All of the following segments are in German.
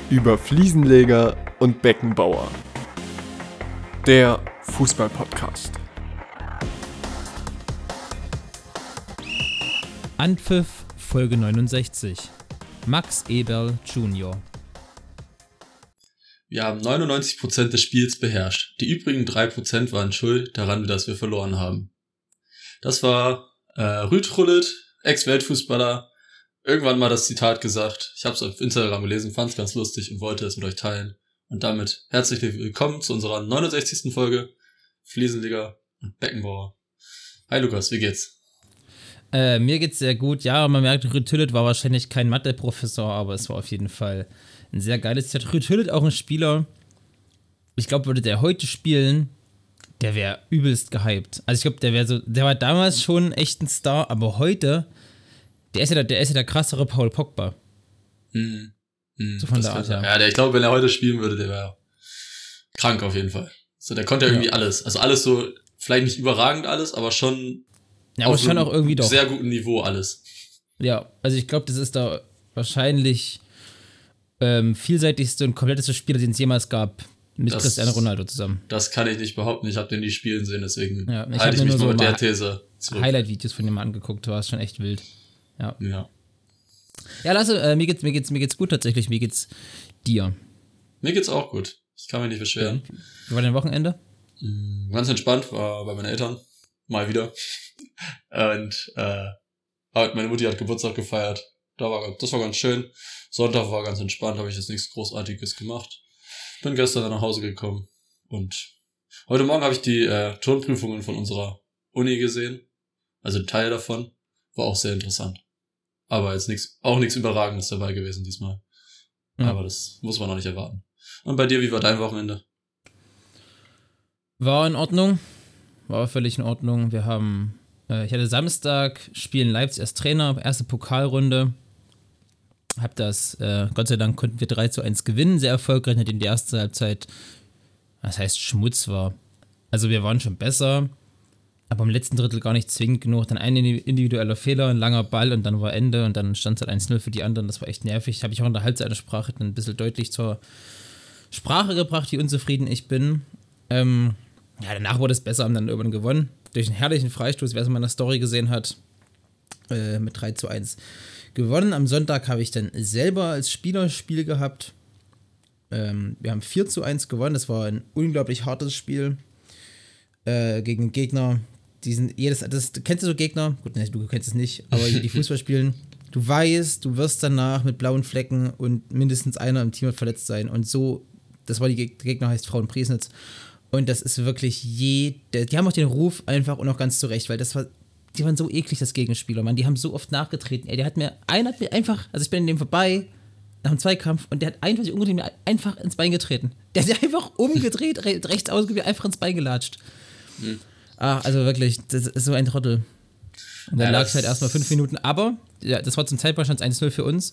über Fliesenleger und Beckenbauer. Der Fußball-Podcast. Anpfiff Folge 69. Max Eberl Jr. Wir haben 99% des Spiels beherrscht. Die übrigen 3% waren schuld daran, dass wir verloren haben. Das war Ruud Gullit, Ex-Weltfußballer, irgendwann mal das Zitat gesagt. Ich habe es auf Instagram gelesen, fand es ganz lustig und wollte es mit euch teilen. Und damit herzlich willkommen zu unserer 69. Folge Fliesenleger und Beckenbauer. Hi Lukas, wie geht's? Mir geht's sehr gut. Ja, man merkt, Ruud Gullit war wahrscheinlich kein Mathe-Professor, aber es war auf jeden Fall ein sehr geiles Zitat. Ruud Gullit auch ein Spieler, ich glaube, würde der heute spielen, der wäre übelst gehypt. Also ich glaube, der war damals schon echt ein Star, aber heute, der ist ja der krassere Paul Pogba. So von der Art, ja. Ja, ich glaube, wenn er heute spielen würde, der wäre krank auf jeden Fall. So, der konnte ja irgendwie alles. Also alles so, vielleicht nicht überragend alles, aber schon ja, aber schon auch irgendwie doch. Sehr gutem Niveau alles. Ja, also ich glaube, das ist da wahrscheinlich vielseitigste und kompletteste Spieler, den es jemals gab, mit Cristiano Ronaldo zusammen. Das kann ich nicht behaupten, ich habe den nie spielen sehen, deswegen ja, halte ich mich nur mit der These zurück. Highlight-Videos von dem mal angeguckt, war schon echt wild. Ja, Lasse, mir geht's gut tatsächlich, wie geht's dir? Mir geht's auch gut, ich kann mich nicht beschweren. Ja. Wie war dein Wochenende? Ganz entspannt, war bei meinen Eltern, mal wieder. Und meine Mutti hat Geburtstag gefeiert, das war ganz schön. Sonntag war ganz entspannt, habe ich jetzt nichts Großartiges gemacht. Bin gestern dann nach Hause gekommen und heute Morgen habe ich die Turnprüfungen von unserer Uni gesehen. Also ein Teil davon. War auch sehr interessant. Aber jetzt nichts Überragendes dabei gewesen diesmal. Ja. Aber das muss man noch nicht erwarten. Und bei dir, wie war dein Wochenende? War in Ordnung. War völlig in Ordnung. Wir haben, ich hatte Samstag, spielen Leipzig als Trainer, erste Pokalrunde. Hab das, Gott sei Dank konnten wir 3:1 gewinnen, sehr erfolgreich, nachdem die erste Halbzeit, was heißt Schmutz war. Also wir waren schon besser, aber im letzten Drittel gar nicht zwingend genug. Dann ein individueller Fehler, ein langer Ball und dann war Ende und dann stand es halt 1-0 für die anderen. Das war echt nervig. Habe ich auch in der Halbzeitansprache dann ein bisschen deutlich zur Sprache gebracht, wie unzufrieden ich bin. Danach wurde es besser, haben dann irgendwann gewonnen. Durch einen herrlichen Freistoß, wer es in meiner Story gesehen hat, mit 3:1 gewonnen. Am Sonntag habe ich dann selber als Spielerspiel gehabt. Wir haben 4:1 gewonnen. Das war ein unglaublich hartes Spiel gegen Gegner. Kennst du so Gegner? Gut, ne, du kennst es nicht, aber die Fußball spielen. Du weißt, du wirst danach mit blauen Flecken und mindestens einer im Team wird verletzt sein. Und so, das war die Gegner, heißt Frauen-Priesnitz. Und das ist wirklich die haben auch den Ruf einfach und auch ganz zu Recht, weil die waren so eklig, das Gegenspieler, Mann. Die haben so oft nachgetreten. Ey, einer hat mir einfach, also ich bin in dem vorbei, nach dem Zweikampf, und der hat mir einfach ins Bein getreten. Der hat sich einfach umgedreht, rechts ausgewiesen, einfach ins Bein gelatscht. Also wirklich, das ist so ein Trottel. Und dann lag es halt erstmal 5 Minuten, aber ja, das war zum Zeitpunkt stand 1-0 für uns.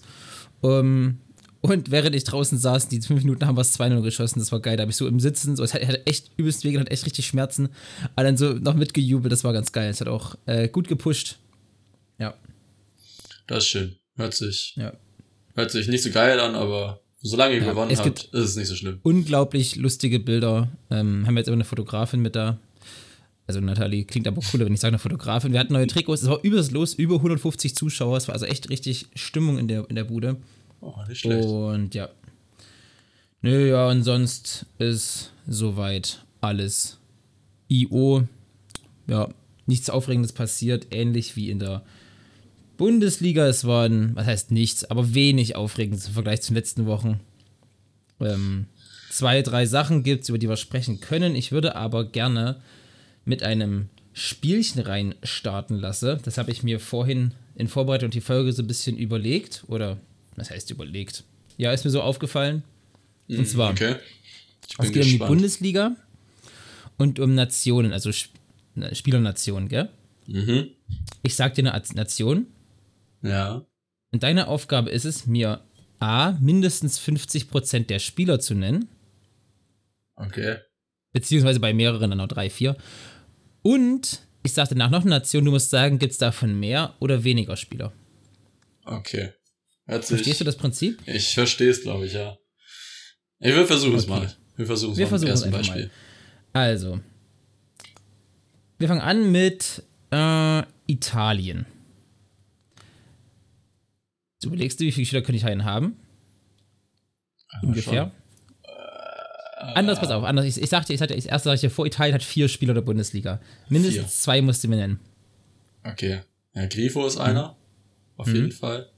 Und während ich draußen saß, die 5 Minuten haben wir es 2-0 geschossen, das war geil, da habe ich so im Sitzen, so, es hat echt übelst weh, hat echt richtig Schmerzen, aber dann so noch mitgejubelt, das war ganz geil, es hat auch gut gepusht. Ja. Das ist schön, hört sich nicht so geil an, aber solange ihr gewonnen habt, ist es nicht so schlimm. Unglaublich lustige Bilder, haben wir jetzt immer eine Fotografin mit da, also Nathalie, klingt aber cooler, wenn ich sage eine Fotografin, wir hatten neue Trikots, es war übelst los, über 150 Zuschauer, es war also echt richtig Stimmung in der Bude. Oh, nicht schlecht. Und ja. Nö, ja, und sonst ist soweit alles I.O. Ja, nichts Aufregendes passiert, ähnlich wie in der Bundesliga. Es waren, was heißt nichts, aber wenig Aufregendes im Vergleich zu den letzten Wochen. 2, 3 Sachen gibt es, über die wir sprechen können. Ich würde aber gerne mit einem Spielchen rein starten lassen. Das habe ich mir vorhin in Vorbereitung auf die Folge so ein bisschen überlegt, oder was heißt überlegt? Ja, ist mir so aufgefallen. Und zwar, okay. Es geht um die Bundesliga und um Nationen, also Spielernationen, gell? Mhm. Ich sag dir eine Nation. Ja. Und deine Aufgabe ist es, mir mindestens 50% der Spieler zu nennen. Okay. Beziehungsweise bei mehreren dann noch 3, 4. Und ich sag danach noch eine Nation, du musst sagen, gibt es davon mehr oder weniger Spieler? Okay. Verstehst du das Prinzip? Ich verstehe es, glaube ich, ja. Wir versuchen es Okay. mal. Wir versuchen es Wir mal mit dem versuchen es ersten einfach Beispiel. Also, wir fangen an mit Italien. Jetzt überlegst du, wie viele Spieler könnte Italien haben? Ungefähr. Anders, pass auf, anders. Ich sagte, erst sag ich dir vor, Italien hat 4 Spieler der Bundesliga. Mindestens 4. 2 musst du mir nennen. Okay. Ja, Grifo ist einer. Auf jeden Fall.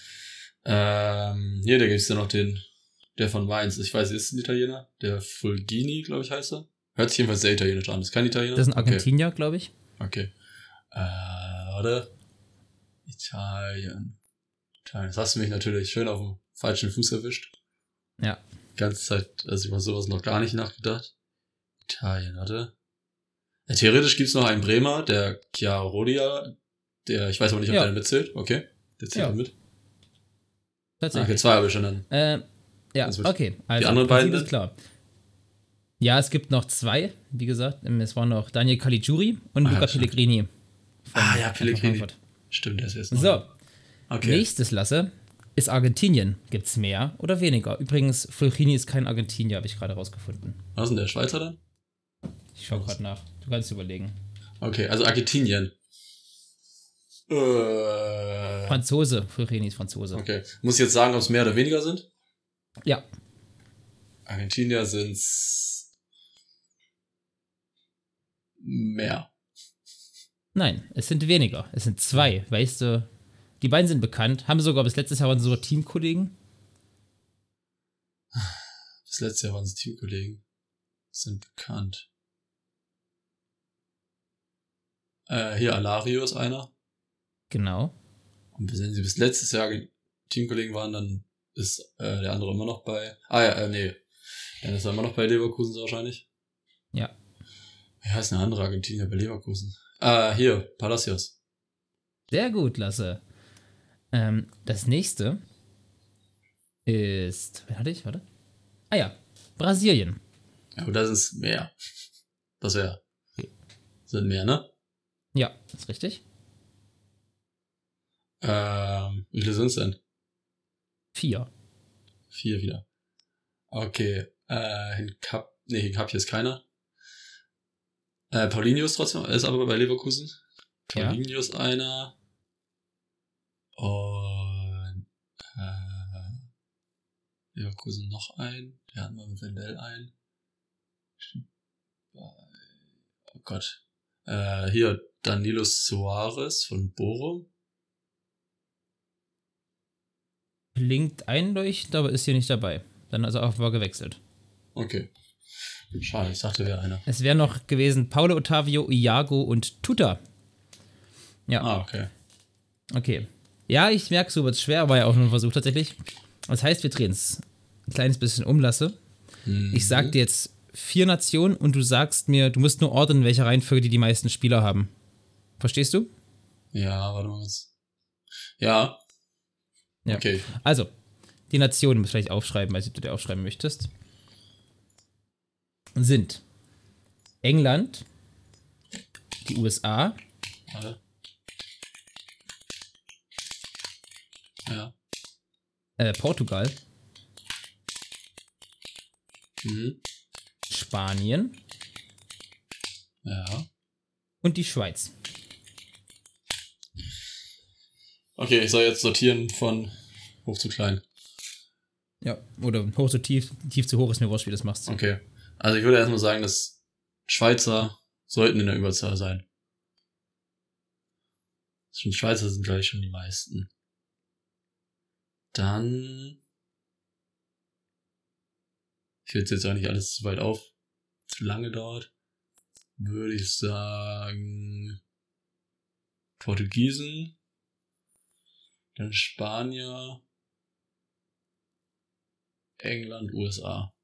Hier, da gibt's ja noch der von Mainz. Ich weiß, ist ein Italiener. Der Fulgini, glaube ich, heißt er. Hört sich jedenfalls sehr italienisch an. Ist kein Italiener? Das ist ein Argentinier, glaube ich. Okay. Warte. Italien. Jetzt hast du mich natürlich schön auf dem falschen Fuß erwischt. Ja. Die ganze Zeit, also über sowas noch gar nicht nachgedacht. Italien, warte. Ja, theoretisch gibt's noch einen Bremer, der Chiarodia, ich weiß aber nicht, ob der mitzählt. Okay, der zählt da mit. Tatsächlich. Okay, 2 habe ich schon dann. Ja, okay. Also, die anderen beiden ist klar. Ja, es gibt noch 2, wie gesagt. Es waren noch Daniel Caligiuri und Luca Pellegrini. Ja, Pellegrini. Frankfurt. Stimmt, der ist jetzt noch. So, okay. Nächstes Lasse ist Argentinien. Gibt's mehr oder weniger? Übrigens, Fulgini ist kein Argentinier, habe ich gerade rausgefunden. Was ist denn der Schweizer dann? Ich schau gerade nach. Du kannst überlegen. Okay, also Argentinien. Franzose. Fulgini ist Franzose. Okay. Muss ich jetzt sagen, ob es mehr oder weniger sind? Ja. Argentinier sind's mehr. Nein, es sind weniger. Es sind 2. Weißt du, die beiden sind bekannt. Haben sogar bis letztes Jahr waren sogar Teamkollegen. Das letzte Jahr waren es Teamkollegen. Sind bekannt. Hier Alario ist einer. Genau. Und wenn sie bis letztes Jahr Teamkollegen waren, dann ist der andere immer noch bei. Nee. Dann ist er immer noch bei Leverkusen wahrscheinlich. Ja. Wie heißt eine andere Argentinier bei Leverkusen? Hier, Palacios. Sehr gut, Lasse. Das nächste ist. Wen hatte ich? Warte. Ah ja, Brasilien. Ja, aber das ist mehr. Das sind mehr, ne? Ja, ist richtig. Wie viele sind's denn? 4. 4 wieder. Okay. Hinkapje ist keiner. Paulinho ist trotzdem, ist aber bei Leverkusen. Paulinho ist einer. Und Leverkusen noch ein. Wir hatten mal mit Wendell ein. Oh Gott. Hier Danilo Suarez von Bochum. Klingt einleuchtend, aber ist hier nicht dabei. Dann also auch war gewechselt. Okay. Schade, ich dachte, wäre einer. Es wären noch gewesen Paulo Ottavio, Iago und Tuta. Ja. Okay. Okay. Ja, ich merke, so wird es schwer, war ja auch nur ein Versuch tatsächlich. Das heißt, wir drehen es ein kleines bisschen um, Lasse. Ich sag dir jetzt 4 Nationen und du sagst mir, du musst nur ordnen, in welcher Reihenfolge die meisten Spieler haben. Verstehst du? Ja, warte mal was. Ja. Ja. Okay. Also, die Nationen musst du vielleicht aufschreiben, als du dir aufschreiben möchtest. Sind England, die USA, Warte. Ja. Portugal, Spanien Ja. und die Schweiz. Okay, ich soll jetzt sortieren von hoch zu klein. Ja, oder hoch zu tief, tief zu hoch ist mir wurscht, wie du das machst. Okay. Also ich würde erstmal sagen, dass Schweizer sollten in der Überzahl sein. Schweizer sind gleich schon die meisten. Dann. Ich will jetzt auch nicht alles zu weit zu lange dauert. Würde ich sagen. Portugiesen. Dann Spanier. England, USA.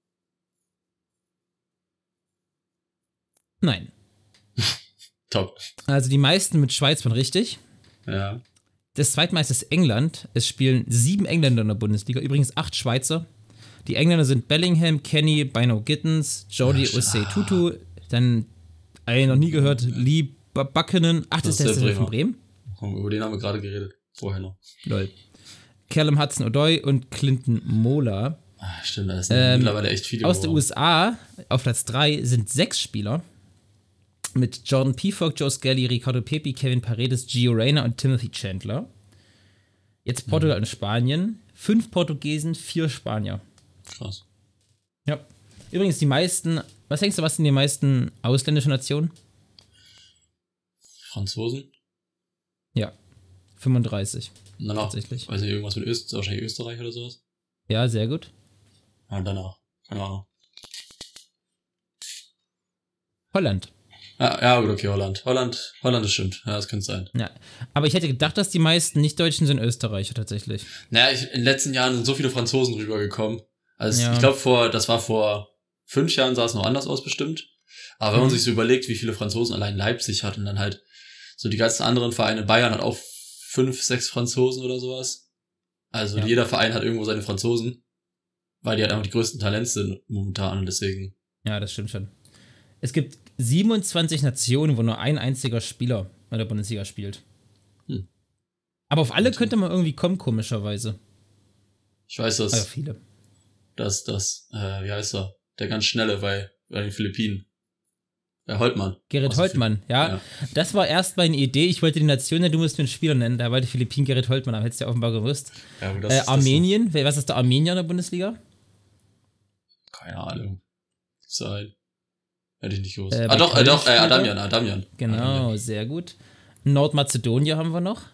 Nein. Top. Also die meisten mit Schweiz waren richtig. Ja. Das zweitmeiste ist England. Es spielen 7 Engländer in der Bundesliga, übrigens 8 Schweizer. Die Engländer sind Bellingham, Kenny, Bino Gittens, Jordi Osei Tutu, dann noch nie gehört, Lee Buchanan. Ach, das ist der von Bremen? Über den haben wir gerade geredet. Vorher noch. Lol. Callum Hudson-Odoi und Clinton Mola. Stimmt, da sind mittlerweile echt viele. Aus der USA auf Platz 3 sind 6 Spieler mit Jordan Pefok, Joe Skelly, Ricardo Pepi, Kevin Paredes, Gio Reyna und Timothy Chandler. Jetzt Portugal und Spanien. 5 Portugiesen, 4 Spanier. Krass. Ja. Übrigens die meisten, was denkst du, was sind die meisten ausländischen Nationen? Franzosen? Ja, 35. Und danach, tatsächlich. weiß nicht, irgendwas mit wahrscheinlich Österreich oder sowas. Ja, sehr gut. Ja, und danach, keine Ahnung. Holland. Ja, gut, okay, Holland. Holland ist stimmt. Ja, das könnte sein. Ja, aber ich hätte gedacht, dass die meisten Nicht-Deutschen sind Österreicher tatsächlich. Naja, in den letzten Jahren sind so viele Franzosen rübergekommen. Also Ja. ich glaube, das war vor 5 Jahren, sah es noch anders aus bestimmt. Aber wenn man sich so überlegt, wie viele Franzosen allein Leipzig hat und dann halt so die ganzen anderen Vereine, Bayern hat auch 5, 6 Franzosen oder sowas. Also Ja. jeder Verein hat irgendwo seine Franzosen, weil die halt einfach die größten Talente sind momentan und deswegen. Ja, das stimmt schon. Es gibt 27 Nationen, wo nur ein einziger Spieler bei der Bundesliga spielt. Aber auf alle könnte man irgendwie kommen, komischerweise. Ich weiß, Also viele. wie heißt er? Der ganz Schnelle bei den Philippinen. Der Holtmann. Gerrit Holtmann, ja. Das war erst meine Idee. Ich wollte die Nation nennen, du musst mir einen Spieler nennen. Da wollte Philippinen Gerrit Holtmann, aber hättest du ja offenbar gewusst. Ja, aber das Armenien, was ist der Armenier in der Bundesliga? Keine Ahnung. Gibt's da einen? Hätte ich nicht gewusst. Bei Doch, Köln spielt er. Adamian. Genau, Adamian. sehr gut. Nordmazedonien haben wir noch.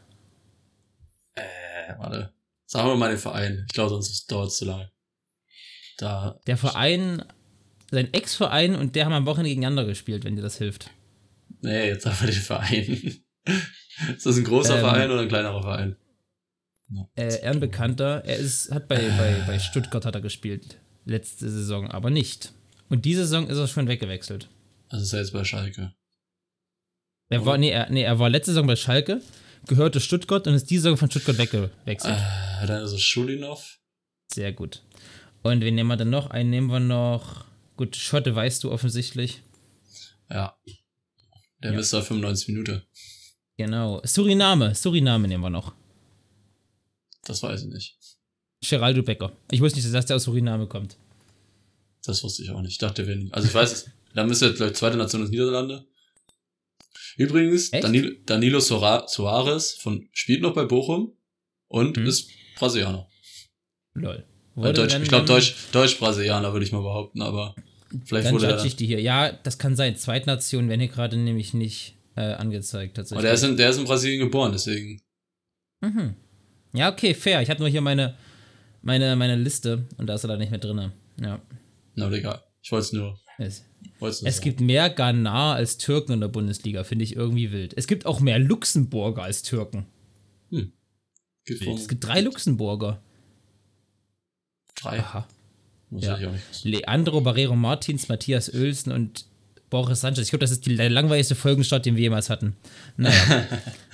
Warte. Sagen wir mal den Verein. Ich glaube, sonst dauert es zu lange. Der Verein, sein Ex-Verein und der haben am Wochenende gegeneinander gespielt, wenn dir das hilft. Nee, jetzt sagen wir den Verein. Ist das ein großer Verein oder ein kleinerer Verein? No. Ein Bekannter. Hat bei Stuttgart hat er gespielt. Letzte Saison aber nicht. Und diese Saison ist er schon weggewechselt. Also ist er jetzt bei Schalke. Er war letzte Saison bei Schalke, gehörte Stuttgart und ist diese Saison von Stuttgart weggewechselt. Dann ist es Schulinov. Sehr gut. Und wen nehmen wir dann noch? Einen nehmen wir noch. Gut, Schotte weißt du offensichtlich. Ja. Der Mr. 95 Minuten. Genau. Suriname nehmen wir noch. Das weiß ich nicht. Geraldo Becker. Ich wusste nicht, dass der aus Suriname kommt. Das wusste ich auch nicht. Ich dachte, der wäre nicht. Also ich weiß es. Da müsste jetzt, glaube ich, zweite Nation des Niederlande. Übrigens, Danilo Soares spielt noch bei Bochum und ist Brasilianer. Lol. Ich glaube, Deutsch-Brasilianer würde ich mal behaupten, aber vielleicht dann wurde judge ich die hier. Ja, das kann sein. Zweitnation werden hier gerade nämlich nicht angezeigt, tatsächlich. Aber der ist in Brasilien geboren, deswegen. Mhm. Ja, okay, fair. Ich habe nur hier meine Liste und da ist er da nicht mehr drin. Ja. Na, egal. Ich wollte es nur. Es gibt mehr Ghanaer als Türken in der Bundesliga, finde ich irgendwie wild. Es gibt auch mehr Luxemburger als Türken. Es gibt 3 Luxemburger. 3? Aha. Muss Ja. ich auch nicht wissen. Leandro Barrero Martins, Matthias Oelsen und Boris Sanchez. Ich glaube, das ist der langweiligste Folgenstart, den wir jemals hatten. Naja.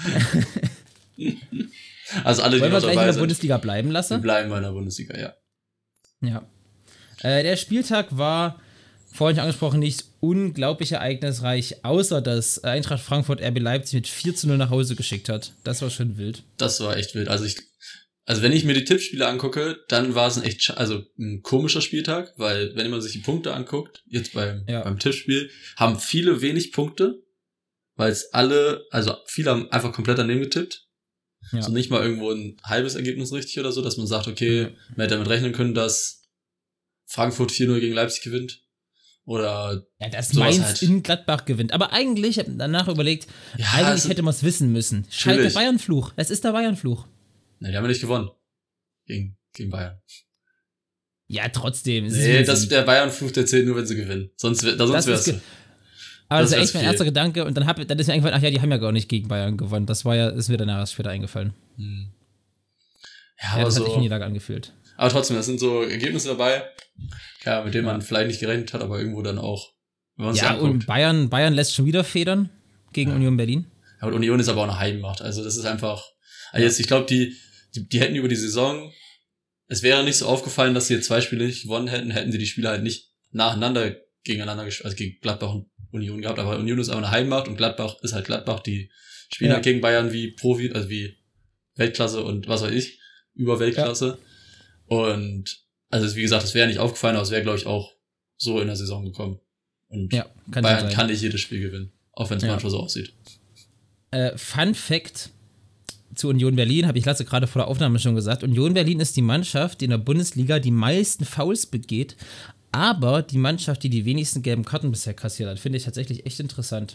Also alle, die Wollen wir noch gleich in dabei der sind, Bundesliga bleiben die lassen? bleiben bei der Bundesliga, ja. Ja. Der Spieltag war, vorhin angesprochen, nicht unglaublich ereignisreich, außer dass Eintracht Frankfurt RB Leipzig mit 4:0 nach Hause geschickt hat. Das war schon wild. Das war echt wild. Also wenn ich mir die Tippspiele angucke, dann war es ein komischer Spieltag, weil wenn man sich die Punkte anguckt, jetzt beim Tippspiel, haben viele wenig Punkte, weil viele haben einfach komplett daneben getippt. Ja. So nicht mal irgendwo ein halbes Ergebnis richtig oder so, dass man sagt, okay, man hätte damit rechnen können, dass Frankfurt 4:0 gegen Leipzig gewinnt. Oder dass sowas Mainz halt. in Gladbach gewinnt. Aber eigentlich, ich habe danach überlegt, eigentlich hätte man es wissen müssen. Schalke Bayern-Fluch. Es ist der Bayern-Fluch. Ne, die haben ja nicht gewonnen. Gegen Bayern. Ja, trotzdem. Der Bayern-Fluch, der zählt nur, wenn sie gewinnen. Sonst wär's. Aber das ist echt mein erster Gedanke. Und dann ist mir eingefallen, ach ja, die haben ja gar nicht gegen Bayern gewonnen. Ist mir danach erst später eingefallen. Ja, aber das hat sich in die Lage angefühlt. Aber trotzdem, das sind so Ergebnisse dabei, mit denen man vielleicht nicht gerechnet hat, aber irgendwo dann auch, wenn man es anguckt. Und Bayern lässt schon wieder federn gegen Union Berlin. Ja, und Union ist aber auch eine Heimmacht. Also das ist einfach, ich glaube, die hätten über die Saison, es wäre nicht so aufgefallen, dass sie jetzt 2 Spiele nicht gewonnen hätten sie die Spiele halt nicht nacheinander gegeneinander gespielt, also gegen Gladbach und Union gehabt, aber Union ist auch eine Heimmacht und Gladbach ist halt Gladbach, die spielen halt gegen Bayern wie Profi, also wie Weltklasse und was weiß ich, über Weltklasse. Und also wie gesagt, das wäre nicht aufgefallen, aber es wäre, glaube ich, auch so in der Saison gekommen. Und Ja, kann Bayern sein. kann nicht jedes Spiel gewinnen, auch wenn es manchmal so aussieht. Fun Fact zu Union Berlin, habe ich Lasse gerade vor der Aufnahme schon gesagt. Union Berlin ist die Mannschaft, die in der Bundesliga die meisten Fouls begeht, aber die Mannschaft, die die wenigsten gelben Karten bisher kassiert hat. Finde ich tatsächlich echt interessant.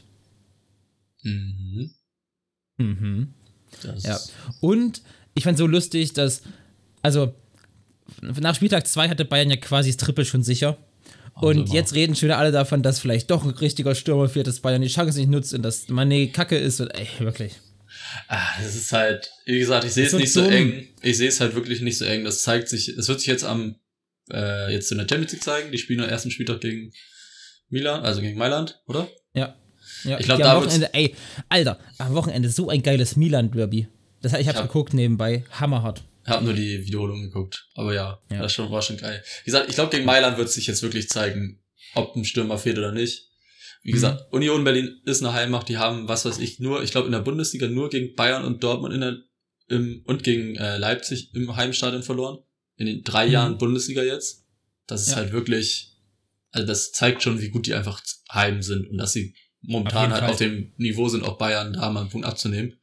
Ja. Und ich fand so lustig, dass, also nach Spieltag 2 hatte Bayern ja quasi das Triple schon sicher. Und jetzt reden schon wieder alle davon, dass vielleicht doch ein richtiger Stürmer fehlt, dass Bayern die Chance nicht nutzt und dass Mané Kacke ist. Und ey, wirklich. Das ist halt, wie gesagt, ich sehe es nicht so eng. Ich sehe es halt wirklich nicht so eng. Das zeigt sich, es wird sich jetzt jetzt in der Champions League zeigen. Die spielen am ersten Spieltag gegen Milan, also gegen Mailand, oder? Ja. Ich glaube, da Wochenende, ey, Alter, am Wochenende so ein geiles Milan-Derby. Ich hab's geguckt nebenbei, hammerhart. Ich habe nur die Wiederholung geguckt, aber ja. Das war schon geil. Wie gesagt, ich glaube, gegen Mailand wird sich jetzt wirklich zeigen, ob ein Stürmer fehlt oder nicht. Wie gesagt, Union Berlin ist eine Heimmacht, die haben, was weiß ich, ich glaube in der Bundesliga nur gegen Bayern und Dortmund und gegen Leipzig im Heimstadion verloren. In den 3 Jahren Bundesliga jetzt. Das ist halt wirklich, also das zeigt schon, wie gut die einfach heim sind und dass sie momentan halt auf dem Niveau sind, auch Bayern da mal einen Punkt abzunehmen.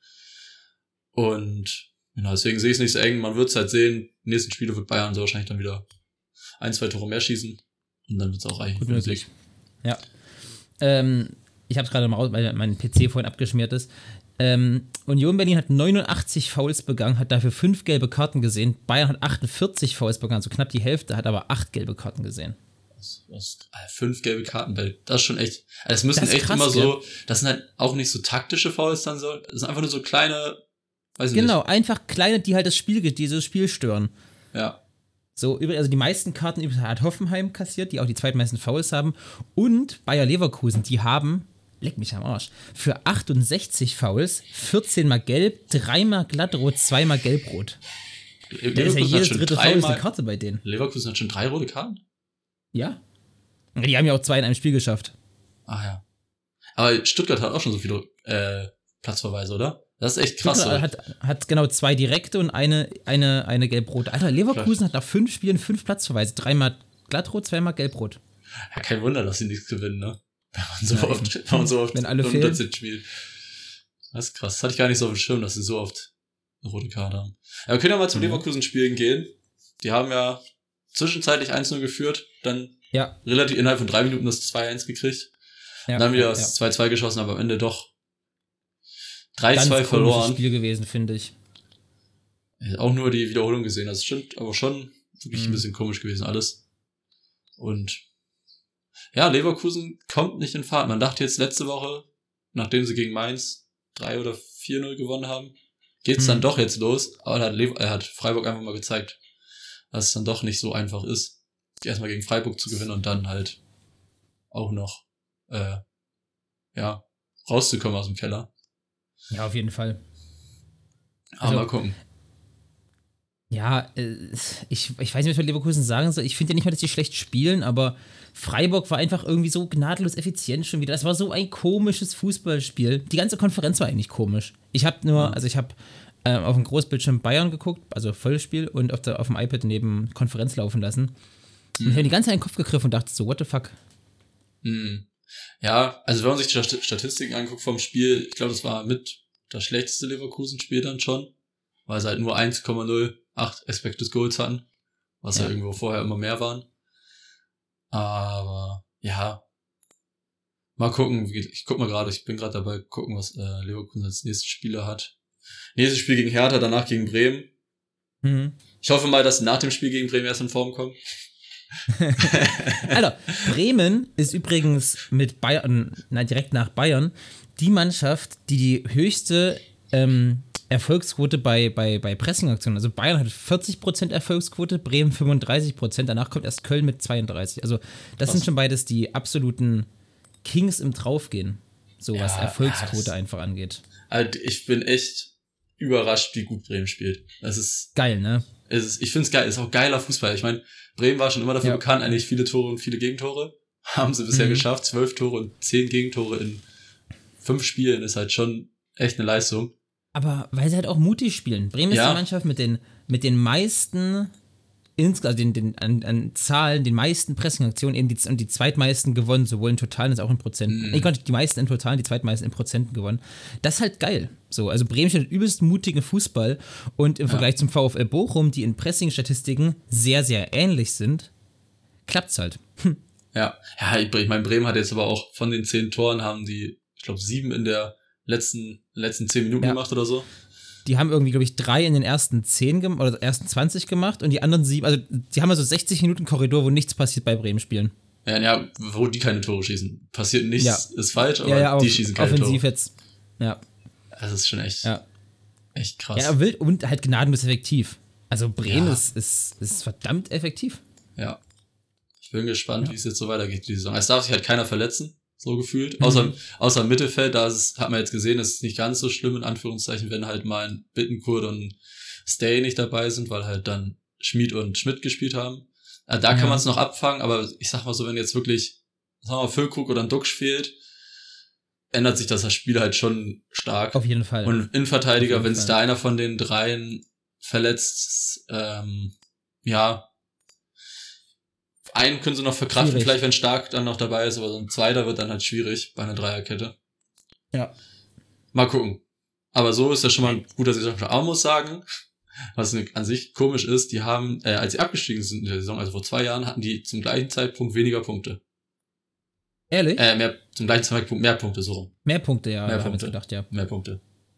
Und genau, deswegen sehe ich es nicht so eng. Man wird es halt sehen. Die nächsten Spiele wird Bayern so wahrscheinlich dann wieder 1-2 Tore mehr schießen. Und dann wird es auch reichen. Gut möglich. Ja. Ich habe es gerade mal weil mein PC vorhin abgeschmiert ist. Union Berlin hat 89 Fouls begangen, hat dafür 5 gelbe Karten gesehen. Bayern hat 48 Fouls begangen, so knapp die Hälfte, hat aber 8 gelbe Karten gesehen. 5 gelbe Karten, das ist schon echt. Also es müssen echt krass, immer so, das sind halt auch nicht so taktische Fouls dann so, das sind einfach nur so kleine, weiß ich nicht. Genau, einfach kleine, die halt dieses Spiel stören. Ja. So, also die meisten Karten hat Hoffenheim kassiert, die auch die zweitmeisten Fouls haben. Und Bayer Leverkusen, die haben, leck mich am Arsch, für 68 Fouls 14 mal gelb, 3 mal glattrot, 2 mal gelbrot. Das ist ja jedes dritte Foul eine Karte bei denen. Leverkusen hat schon 3 rote Karten? Ja. Die haben ja auch 2 in einem Spiel geschafft. Ach ja. Aber Stuttgart hat auch schon so viele Platzverweise, oder? Das ist echt krass. Hat genau 2 direkte und eine gelb-rote. Alter, Leverkusen hat nach 5 Spielen 5 Platzverweise. 3 mal glattrot, 2 mal gelb-rot. Ja, kein Wunder, dass sie nichts gewinnen, ne? Wenn man so oft wenn alle fehlen. Spielt. Das ist krass. Das hatte ich gar nicht so auf dem Schirm, dass sie so oft eine rote Karte haben. Ja, wir können ja mal zum Leverkusen-Spielen gehen. Die haben ja zwischenzeitlich 1-0 geführt, dann relativ innerhalb von 3 Minuten das 2-1 gekriegt. Ja, dann wieder das 2-2 geschossen, aber am Ende doch 3-2 verloren. Ganz Spiel gewesen, finde ich. Auch nur die Wiederholung gesehen, das stimmt, aber schon wirklich ein bisschen komisch gewesen alles. Und ja, Leverkusen kommt nicht in Fahrt. Man dachte jetzt letzte Woche, nachdem sie gegen Mainz 3 oder 4-0 gewonnen haben, geht's dann doch jetzt los. Aber hat Freiburg einfach mal gezeigt, dass es dann doch nicht so einfach ist, erstmal gegen Freiburg zu gewinnen und dann halt auch noch rauszukommen aus dem Keller. Ja, auf jeden Fall. Aber mal gucken. Ja, ich weiß nicht, was ich für Leverkusen sagen soll. Ich finde ja nicht mal, dass die schlecht spielen, aber Freiburg war einfach irgendwie so gnadenlos effizient schon wieder. Das war so ein komisches Fußballspiel. Die ganze Konferenz war eigentlich komisch. Ich habe auf dem Großbildschirm Bayern geguckt, also Vollspiel, und auf dem iPad neben Konferenz laufen lassen. Und ich habe die ganze Zeit in den Kopf gegriffen und dachte so, what the fuck? Ja, also wenn man sich die Statistiken anguckt vom Spiel, ich glaube, das war mit das schlechteste Leverkusen-Spiel dann schon, weil sie halt nur 1,08 Expected Goals hatten, was ja irgendwo vorher immer mehr waren. Aber ja, mal gucken. Ich guck mal gerade, ich bin gerade dabei gucken, was Leverkusen als nächstes Spieler hat. Nächstes Spiel gegen Hertha, danach gegen Bremen. Ich hoffe mal, dass sie nach dem Spiel gegen Bremen erst in Form kommen. Alter, Bremen ist übrigens mit Bayern, direkt nach Bayern, die Mannschaft, die höchste Erfolgsquote bei Pressing-Aktionen. Also Bayern hat 40% Erfolgsquote, Bremen 35%, danach kommt erst Köln mit 32%. Also das sind schon beides die absoluten Kings im Draufgehen, so was Erfolgsquote einfach angeht. Also ich bin echt überrascht, wie gut Bremen spielt. Das ist geil, ne? Ich finde es geil, ist auch geiler Fußball. Ich meine, Bremen war schon immer dafür bekannt, eigentlich viele Tore und viele Gegentore. Haben sie bisher geschafft, 12 Tore und 10 Gegentore in 5 Spielen ist halt schon echt eine Leistung. Aber weil sie halt auch mutig spielen. Bremen ist die Mannschaft mit den meisten an Zahlen, den meisten Pressing-Aktionen eben die zweitmeisten gewonnen, sowohl in Totalen als auch in Prozenten. Ich konnte die meisten in Totalen, die zweitmeisten in Prozenten gewonnen. Das ist halt geil. So, also Bremen spielt übelst mutigen Fußball und im Vergleich zum VfL Bochum, die in Pressing-Statistiken sehr, sehr ähnlich sind, klappt's halt. Ja, ich meine, Bremen hat jetzt aber auch von den 10 Toren haben die, ich glaube, 7 in der letzten 10 Minuten gemacht oder so. Die haben irgendwie, glaube ich, 3 in den ersten 10 oder ersten 20 gemacht und die anderen 7, also die haben also 60 Minuten Korridor, wo nichts passiert bei Bremen spielen. Ja, wo die keine Tore schießen. Passiert nichts, ist falsch, aber die schießen keine offensiv Tore. Jetzt, ja. Das ist schon echt krass. Ja, wild und halt gnadenlos effektiv. Also Bremen ist verdammt effektiv. Ja. Ich bin gespannt, wie es jetzt so weitergeht, die Saison. Es darf sich halt keiner verletzen, so gefühlt. Außer im Mittelfeld, hat man jetzt gesehen, es ist nicht ganz so schlimm, in Anführungszeichen, wenn halt mal ein Bittencourt und Stay nicht dabei sind, weil halt dann Schmid und Schmidt gespielt haben. Da kann man es noch abfangen, aber ich sag mal so, wenn jetzt wirklich, sagen wir mal, Füllkrug oder ein Duxch fehlt, ändert sich das Spiel halt schon stark. Auf jeden Fall. Und Innenverteidiger, wenn sich da einer von den dreien verletzt, einen können sie noch verkraften, schwierig. Vielleicht wenn Stark dann noch dabei ist, aber so ein zweiter wird dann halt schwierig bei einer Dreierkette. Ja. Mal gucken. Aber so ist das schon mal ein guter Saisonstart. Aber man muss sagen, was an sich komisch ist, die haben, als sie abgestiegen sind in der Saison, also vor 2 Jahren, hatten die zum gleichen Zeitpunkt weniger Punkte. Ehrlich? Zum gleichen Zeitpunkt mehr Punkte, so rum. Mehr Punkte, ja. Mehr Punkte. Gedacht, ja. Mehr Punkte.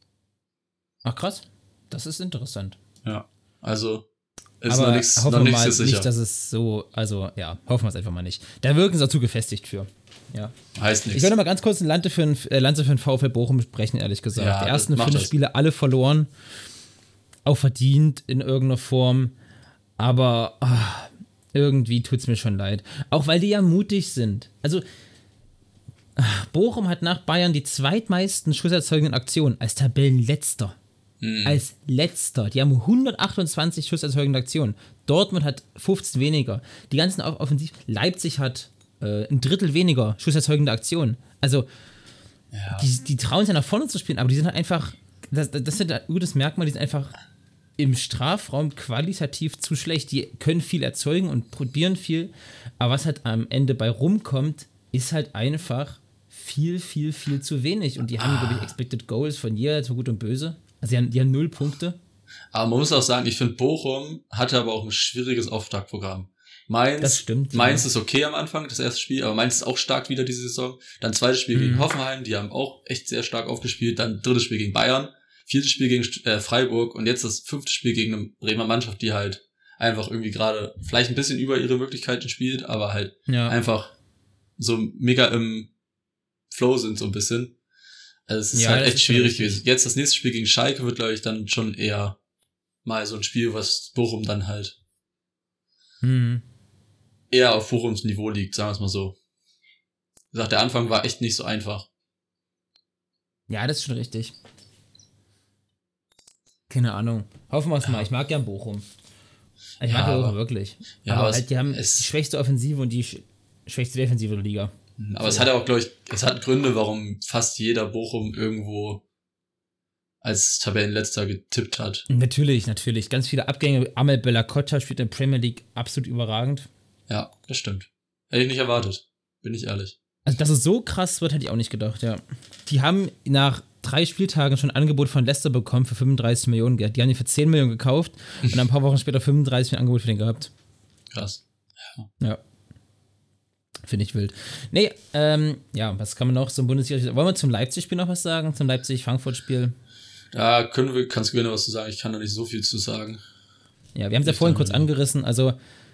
Ach krass. Das ist interessant. Ja. Also ist aber noch nichts hoffen wir mal sicher. Nicht, dass es so, also ja, hoffen wir es einfach mal nicht. Da wirken sie auch zu gefestigt für. Ja. Heißt nichts. Ich würde mal ganz kurz eine Lanze für den VfL Bochum besprechen, ehrlich gesagt. Ja, die ersten 5 Spiele alle verloren. Auch verdient in irgendeiner Form. Aber irgendwie tut es mir schon leid. Auch weil die ja mutig sind. Also Bochum hat nach Bayern die zweitmeisten schusserzeugenden Aktionen als Tabellenletzter. Als letzter. Die haben 128 schusserzeugende Aktionen. Dortmund hat 15 weniger. Die ganzen offensiv. Leipzig hat ein Drittel weniger schusserzeugende Aktionen. Also, die trauen sich nach vorne zu spielen, aber die sind halt einfach. Das ist ein gutes Merkmal, die sind einfach im Strafraum qualitativ zu schlecht. Die können viel erzeugen und probieren viel, aber was halt am Ende bei rumkommt, ist halt einfach viel, viel, viel zu wenig. Und die haben, glaube ich, Expected Goals von jeweils für Gut und Böse. Also die haben 0 Punkte. Aber man muss auch sagen, ich finde, Bochum hatte aber auch ein schwieriges Auftaktprogramm. Mainz ist okay am Anfang, das erste Spiel, aber Mainz ist auch stark wieder diese Saison. Dann zweites Spiel gegen Hoffenheim, die haben auch echt sehr stark aufgespielt. Dann drittes Spiel gegen Bayern, viertes Spiel gegen Freiburg und jetzt das 5. Spiel gegen eine Bremer Mannschaft, die halt einfach irgendwie gerade vielleicht ein bisschen über ihre Möglichkeiten spielt, aber halt einfach so mega im Flow sind so ein bisschen. Also es ist halt echt schwierig gewesen. Jetzt das nächste Spiel gegen Schalke wird, glaube ich, dann schon eher mal so ein Spiel, was Bochum dann halt eher auf Bochums Niveau liegt, sagen wir es mal so. Wie gesagt, der Anfang war echt nicht so einfach. Ja, das ist schon richtig. Keine Ahnung. Hoffen wir es mal. Ich mag gern Bochum. Ich mag Bochum wirklich. Ja, aber halt, die haben die schwächste Offensive und die schwächste Defensive der Liga. Aber es hat ja auch, glaube ich, es hat Gründe, warum fast jeder Bochum irgendwo als Tabellenletzter getippt hat. Natürlich. Ganz viele Abgänge. Amel Bella-Kotschap spielt in der Premier League absolut überragend. Ja, das stimmt. Hätte ich nicht erwartet. Bin ich ehrlich. Also, dass es so krass wird, hätte ich auch nicht gedacht, ja. Die haben nach 3 Spieltagen schon ein Angebot von Leicester bekommen für 35 Millionen. Die haben die für 10 Millionen gekauft und ein paar Wochen später 35 ein Angebot für den gehabt. Krass. Ja. Finde ich wild. Nee, was kann man noch zum Bundesliga... Wollen wir zum Leipzig-Spiel noch was sagen? Zum Leipzig-Frankfurt-Spiel? Da kannst du gerne was zu sagen. Ich kann da nicht so viel zu sagen. Ja, wir haben es ja vorhin kurz angerissen. Also,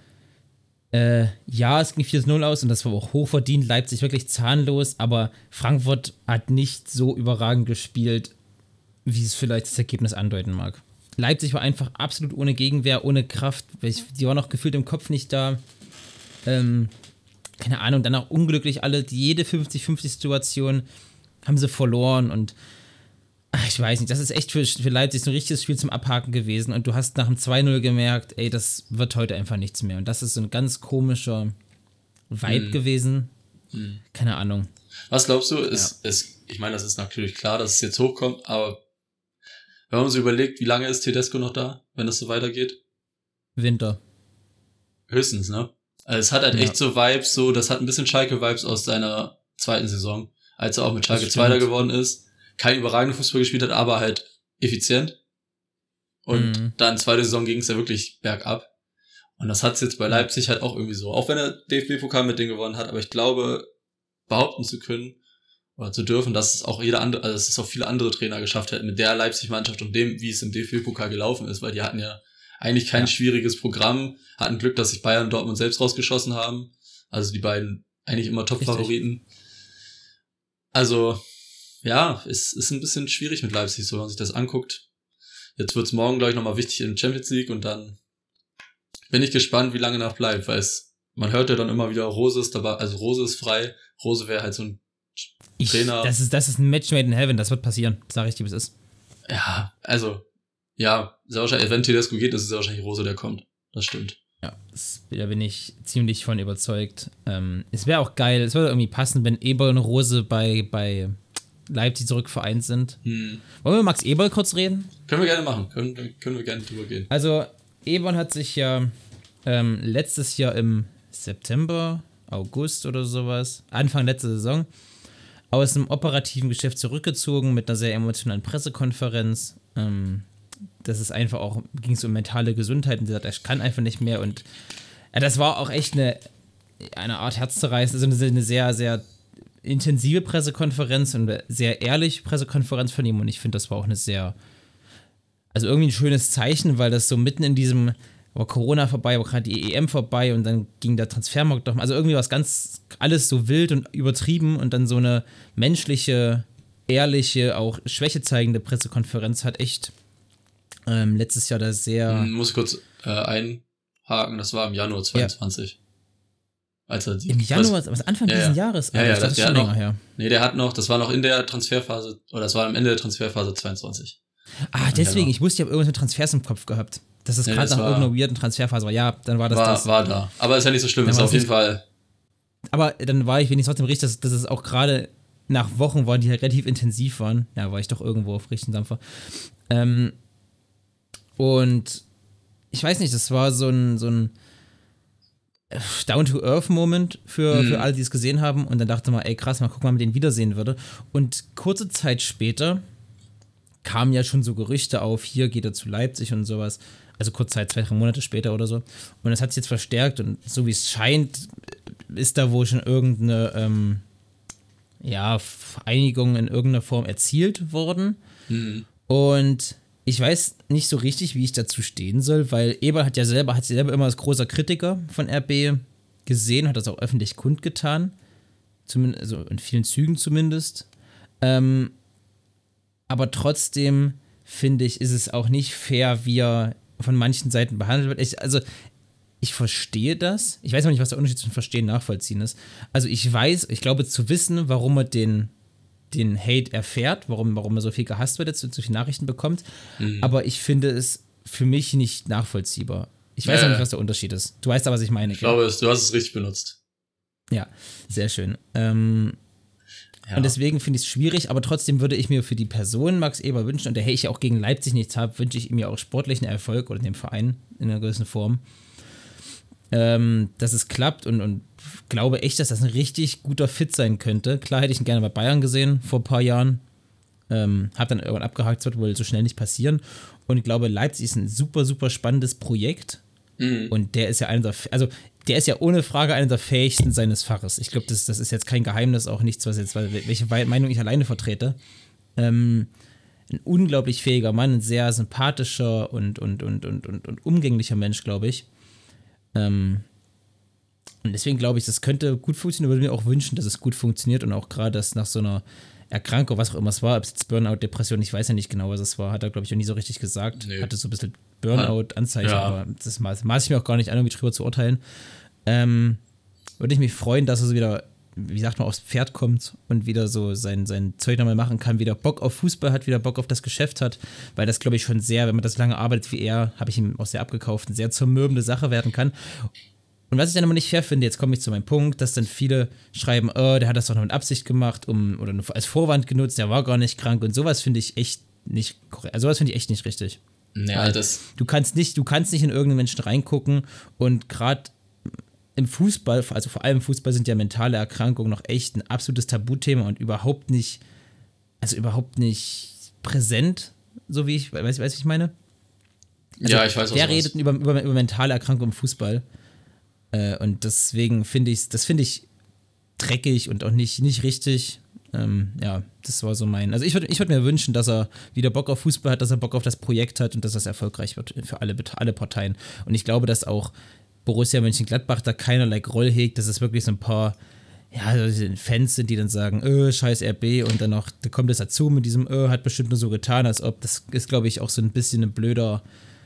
es ging 4-0 aus und das war auch hochverdient. Leipzig wirklich zahnlos, aber Frankfurt hat nicht so überragend gespielt, wie es vielleicht das Ergebnis andeuten mag. Leipzig war einfach absolut ohne Gegenwehr, ohne Kraft. Die war noch gefühlt im Kopf nicht da. Keine Ahnung, dann auch unglücklich alle, jede 50-50-Situation haben sie verloren und ich weiß nicht, das ist echt für Leipzig so ein richtiges Spiel zum Abhaken gewesen und du hast nach dem 2-0 gemerkt, ey, das wird heute einfach nichts mehr und das ist so ein ganz komischer Vibe gewesen. Keine Ahnung. Was glaubst du, ich meine, das ist natürlich klar, dass es jetzt hochkommt, aber wenn man so überlegt, wie lange ist Tedesco noch da, wenn das so weitergeht? Winter. höchstens, ne? Also es hat halt echt so Vibes, so, das hat ein bisschen Schalke-Vibes aus seiner zweiten Saison, als er auch mit Schalke Zweiter geworden ist. Kein überragender Fußball gespielt hat, aber halt effizient. Und dann zweite Saison ging es ja wirklich bergab. Und das hat's jetzt bei Leipzig halt auch irgendwie so. Auch wenn er DFB-Pokal mit denen gewonnen hat, aber ich glaube, behaupten zu können oder zu dürfen, dass es auch jeder andere, also dass es auch viele andere Trainer geschafft hätten mit der Leipzig-Mannschaft und dem, wie es im DFB-Pokal gelaufen ist, weil die hatten ja eigentlich kein schwieriges Programm, hatten Glück, dass sich Bayern und Dortmund selbst rausgeschossen haben. Also die beiden eigentlich immer Top-Favoriten. Also, ja, es ist ein bisschen schwierig mit Leipzig, so wenn man sich das anguckt. Jetzt wird's morgen, glaube ich, nochmal wichtig in der Champions League und dann bin ich gespannt, wie lange noch bleibt, weil man hört ja dann immer wieder, Rose ist dabei, also Rose ist frei, Rose wäre halt so ein Trainer. Das ist ein Match made in heaven, das wird passieren, sag ich dir, wie es ist. Ja, also, ja, sehr wahrscheinlich, wenn Tedesco geht, ist es sehr wahrscheinlich Rose, der kommt. Das stimmt. Ja, da bin ich ziemlich von überzeugt. Es wäre auch geil, es würde irgendwie passen, wenn Eberl und Rose bei Leipzig zurück vereint sind. Wollen wir Max Eberl kurz reden? Können wir gerne machen, können wir gerne drüber gehen. Also, Eberl hat sich ja letztes Jahr im September, August oder sowas, Anfang letzter Saison, aus dem operativen Geschäft zurückgezogen mit einer sehr emotionalen Pressekonferenz. Das ist einfach auch, ging es um mentale Gesundheit und er kann einfach nicht mehr und das war auch echt eine Art herzzerreißend, also eine sehr, sehr intensive Pressekonferenz und eine sehr ehrliche Pressekonferenz von ihm und ich finde, das war auch also irgendwie ein schönes Zeichen, weil das so mitten in diesem, war Corona vorbei, war gerade die EM vorbei und dann ging der Transfermarkt doch, also irgendwie was ganz, alles so wild und übertrieben und dann so eine menschliche, ehrliche, auch Schwäche zeigende Pressekonferenz hat echt letztes Jahr da sehr... Muss kurz einhaken, das war im Januar 22. Ja. Im Januar, was Anfang dieses Jahres? Ja, das ist schon länger her. Nee, das war noch in der Transferphase, oder das war am Ende der Transferphase 22. Deswegen, ich wusste, ich habe irgendwas mit Transfers im Kopf gehabt. Dass es gerade nach irgendeiner weirden Transferphase war. Ja, dann war das. War da. Aber ist ja nicht so schlimm, ist auf jeden Fall. Aber dann war ich wenigstens trotzdem richtig, dass es auch gerade nach Wochen waren, die halt relativ intensiv waren. Ja, war ich doch irgendwo auf richtigen Dampfer. Und ich weiß nicht, das war so ein Down-to-Earth-Moment für alle, die es gesehen haben. Und dann dachte man, ey krass, mal gucken, ob man den wiedersehen würde. Und kurze Zeit später kamen ja schon so Gerüchte auf, hier geht er zu Leipzig und sowas. Also kurz Zeit, 2-3 Monate später oder so. Und das hat sich jetzt verstärkt und so wie es scheint, ist da wohl schon irgendeine Einigung in irgendeiner Form erzielt worden. Und ich weiß nicht so richtig, wie ich dazu stehen soll, weil Eberl hat sich selber immer als großer Kritiker von RB gesehen, hat das auch öffentlich kundgetan. Also in vielen Zügen zumindest. Aber trotzdem, finde ich, ist es auch nicht fair, wie er von manchen Seiten behandelt wird. Ich verstehe das. Ich weiß auch nicht, was der Unterschied zwischen Verstehen und Nachvollziehen ist. Also ich glaube zu wissen, warum er den Hate erfährt, warum er so viel gehasst wird jetzt und so viele Nachrichten bekommt. Aber ich finde es für mich nicht nachvollziehbar. Ich weiß auch nicht, was der Unterschied ist. Du weißt aber, was ich meine. Ich glaube, du hast es richtig benutzt. Ja, sehr schön. Und deswegen finde ich es schwierig, aber trotzdem würde ich mir für die Person Max Eberl wünschen, und der ich ja auch gegen Leipzig nichts habe, wünsche ich ihm ja auch sportlichen Erfolg oder dem Verein in einer gewissen Form, dass es klappt und glaube echt, dass das ein richtig guter Fit sein könnte. Klar hätte ich ihn gerne bei Bayern gesehen vor ein paar Jahren, habe dann irgendwann abgehakt, es wird wohl so schnell nicht passieren und ich glaube, Leipzig ist ein super, super spannendes Projekt und der ist ja der ist ja ohne Frage einer der fähigsten seines Faches. Ich glaube, das ist jetzt kein Geheimnis, auch nichts, welche Meinung ich alleine vertrete. Ein unglaublich fähiger Mann, ein sehr sympathischer und umgänglicher Mensch, glaube ich. Und deswegen glaube ich, das könnte gut funktionieren, würde mir auch wünschen, dass es gut funktioniert und auch gerade, dass nach so einer Erkrankung, was auch immer es war, ob es jetzt Burnout, Depression, ich weiß ja nicht genau, was es war, hat er, glaube ich, auch nie so richtig gesagt. Nee. Hatte so ein bisschen Burnout-Anzeichen, aber das maß ich mir auch gar nicht an, irgendwie drüber zu urteilen. Würde ich mich freuen, dass er so wieder, wie sagt man, aufs Pferd kommt und wieder so sein Zeug nochmal machen kann, wieder Bock auf Fußball hat, wieder Bock auf das Geschäft hat, weil das, glaube ich, schon sehr, wenn man das lange arbeitet wie er, habe ich ihm auch sehr abgekauft, eine sehr zermürbende Sache werden kann. Und was ich dann aber nicht fair finde, jetzt komme ich zu meinem Punkt, dass dann viele schreiben, der hat das doch noch mit Absicht gemacht, oder nur als Vorwand genutzt, der war gar nicht krank und sowas finde ich echt nicht korrekt. Also sowas finde ich echt nicht richtig. Ja, du kannst nicht in irgendeinen Menschen reingucken und gerade im Fußball, also vor allem im Fußball, sind ja mentale Erkrankungen noch echt ein absolutes Tabuthema und überhaupt nicht präsent, so wie ich, weißt du, was ich meine? Also, ja, ich weiß, was wer du redet meinst. über mentale Erkrankungen im Fußball? Und deswegen finde ich dreckig und auch nicht richtig. Ja, das war so mein. Also ich würd mir wünschen, dass er wieder Bock auf Fußball hat, dass er Bock auf das Projekt hat und dass das erfolgreich wird für alle Parteien. Und ich glaube, dass auch Borussia Mönchengladbach da keinerlei Groll hegt, dass es wirklich so ein paar Fans sind, die dann sagen, scheiß RB und dann noch, da kommt das dazu mit diesem, hat bestimmt nur so getan, als ob, das ist, glaube ich, auch so ein bisschen eine blöde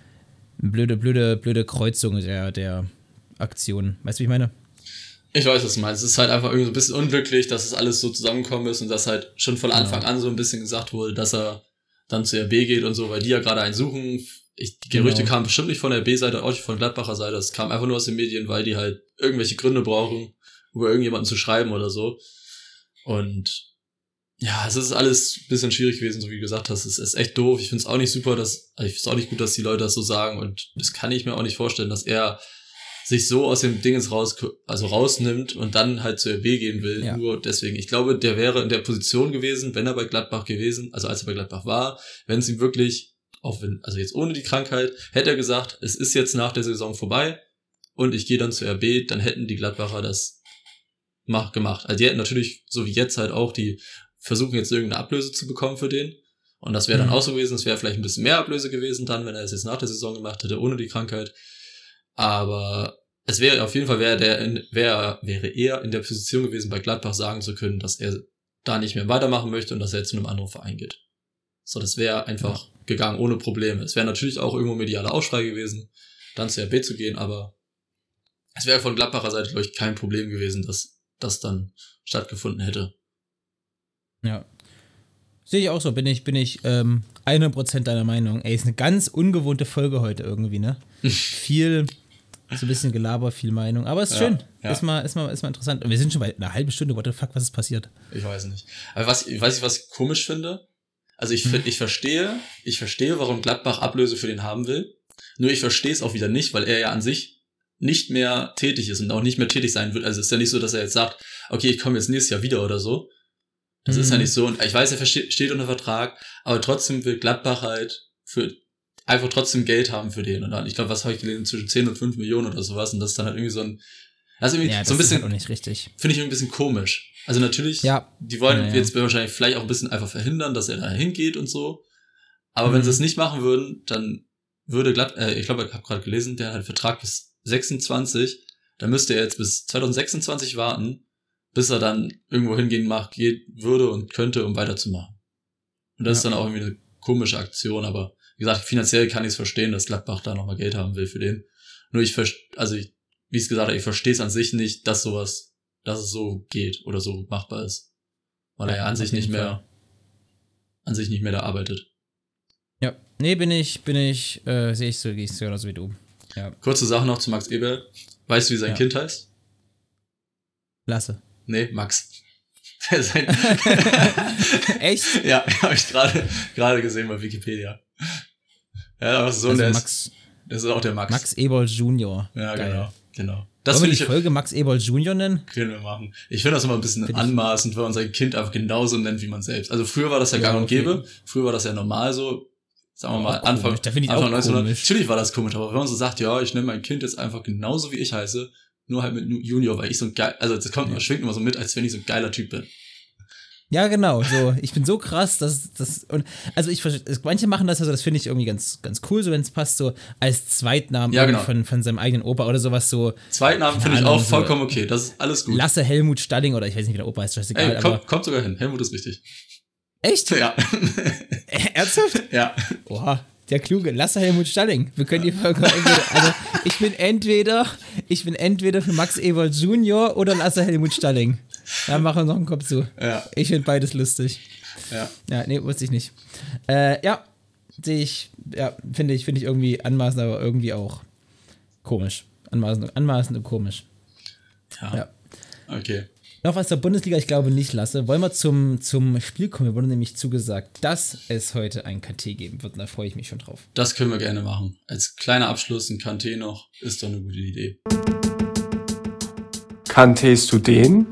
Kreuzung der Aktion. Weißt du, wie ich meine? Ich weiß, was du meinst. Es ist halt einfach irgendwie so ein bisschen unglücklich, dass es alles so zusammengekommen ist und dass halt schon von Anfang an so ein bisschen gesagt wurde, dass er dann zu RB geht und so, weil die ja gerade einen suchen. Die Gerüchte kamen bestimmt nicht von der RB-Seite, auch nicht von Gladbacher Seite. Es kam einfach nur aus den Medien, weil die halt irgendwelche Gründe brauchen, über irgendjemanden zu schreiben oder so. Und ja, es ist alles ein bisschen schwierig gewesen, so wie du gesagt hast. Es ist echt doof. Ich finde es auch nicht super, ich finde es auch nicht gut, dass die Leute das so sagen und das kann ich mir auch nicht vorstellen, dass er sich so aus dem Dingens rausnimmt und dann halt zur RB gehen will. Ja. Nur deswegen. Ich glaube, der wäre in der Position gewesen, wenn er bei Gladbach gewesen, also als er bei Gladbach war, wenn es ihm wirklich, also jetzt ohne die Krankheit, hätte er gesagt, es ist jetzt nach der Saison vorbei und ich gehe dann zur RB, dann hätten die Gladbacher das gemacht. Also die hätten natürlich, so wie jetzt halt auch, die versuchen jetzt irgendeine Ablöse zu bekommen für den. Und das wäre dann auch so gewesen, es wäre vielleicht ein bisschen mehr Ablöse gewesen dann, wenn er es jetzt nach der Saison gemacht hätte, ohne die Krankheit. Aber es wäre auf jeden Fall, wäre er in der Position gewesen, bei Gladbach sagen zu können, dass er da nicht mehr weitermachen möchte und dass er jetzt zu einem anderen Verein geht. So, das wäre einfach gegangen, ohne Probleme. Es wäre natürlich auch irgendwo medialer Aufschrei gewesen, dann zur RB zu gehen, aber es wäre von Gladbacher Seite, glaube ich, kein Problem gewesen, dass das dann stattgefunden hätte. Ja. Sehe ich auch so, bin ich 100% deiner Meinung. Ey, ist eine ganz ungewohnte Folge heute irgendwie, ne? Viel, so ein bisschen Gelaber, viel Meinung, aber ist schön. Ja. Ist mal interessant. Und wir sind schon bei einer halben Stunde, what the fuck, was ist passiert? Ich weiß nicht. Aber was ich komisch finde? Also ich verstehe, warum Gladbach Ablöse für den haben will. Nur ich verstehe es auch wieder nicht, weil er ja an sich nicht mehr tätig ist und auch nicht mehr tätig sein wird. Also es ist ja nicht so, dass er jetzt sagt, okay, ich komme jetzt nächstes Jahr wieder oder so. Das ist ja nicht so. Und ich weiß, er steht unter Vertrag, aber trotzdem will Gladbach halt einfach trotzdem Geld haben für den. Und dann, ich glaube, was habe ich gelesen, zwischen 10 und 5 Millionen oder sowas. Und das ist dann halt irgendwie so ein, also irgendwie so ein bisschen, ist halt auch nicht richtig. Finde ich ein bisschen komisch. Also natürlich, die wollen jetzt wahrscheinlich vielleicht auch ein bisschen einfach verhindern, dass er da hingeht und so. Aber wenn sie es nicht machen würden, dann würde ich glaube, ich habe gerade gelesen, der hat einen Vertrag bis 26, dann müsste er jetzt bis 2026 warten, bis er dann irgendwo hingehen würde und könnte, um weiterzumachen. Und das ist dann auch irgendwie eine komische Aktion, aber wie gesagt, finanziell kann ich es verstehen, dass Gladbach da nochmal Geld haben will für den. Nur wie ich es gesagt habe, ich verstehe es an sich nicht, dass es so geht oder so machbar ist. Weil er ja an sich nicht mehr da arbeitet. Ja, nee, gehe ich so genauso wie du. Ja. Kurze Sache noch zu Max Eberl. Weißt du, wie sein Kind heißt? Lasse. Nee, Max. Echt? Ja, habe ich gerade gesehen bei Wikipedia. Ja, das ist also das ist auch der Max. Max Eberl Junior. Ja, geil. Genau. Das Wollen wir die Folge Max Eberl Junior nennen? Können wir machen. Ich finde das immer ein bisschen anmaßend, wenn man sein Kind einfach genauso nennt wie man selbst. Also früher war das ja gang und gäbe. Früher war das ja normal so. Sagen wir mal, Anfang 1900. Natürlich war das komisch, aber wenn man so sagt, ja, ich nenne mein Kind jetzt einfach genauso wie ich heiße, nur halt mit Junior, weil ich so ein geil, also das schwingt immer so mit, als wenn ich so ein geiler Typ bin. Ja, genau, so, ich bin so krass, und also manche machen das, also das finde ich irgendwie ganz, ganz cool, so wenn es passt, so als Zweitnamen von seinem eigenen Opa oder sowas, so. Zweitnamen finde ich auch vollkommen okay, das ist alles gut. Lasse Helmut Stalling oder ich weiß nicht, wie der Opa heißt, scheißegal. Kommt sogar hin, Helmut ist richtig. Echt? Ja. Ernsthaft? Ja. Oha, der Kluge, Lasse Helmut Stalling. Wir können die Folge also ich bin entweder für Max Eberl Junior oder Lasse Helmut Stalling. Da machen wir noch einen Kopf zu. Ja. Ich finde beides lustig. Ja. Ja, nee, wusste ich nicht. Finde ich irgendwie anmaßend, aber irgendwie auch komisch. Anmaßend und komisch. Ja. Okay. Noch was zur Bundesliga, ich glaube nicht, Lasse. Wollen wir zum Spiel kommen? Mir wurde nämlich zugesagt, dass es heute ein KT geben wird. Und da freue ich mich schon drauf. Das können wir gerne machen. Als kleiner Abschluss ein KT noch, ist doch eine gute Idee. Kanntest du den?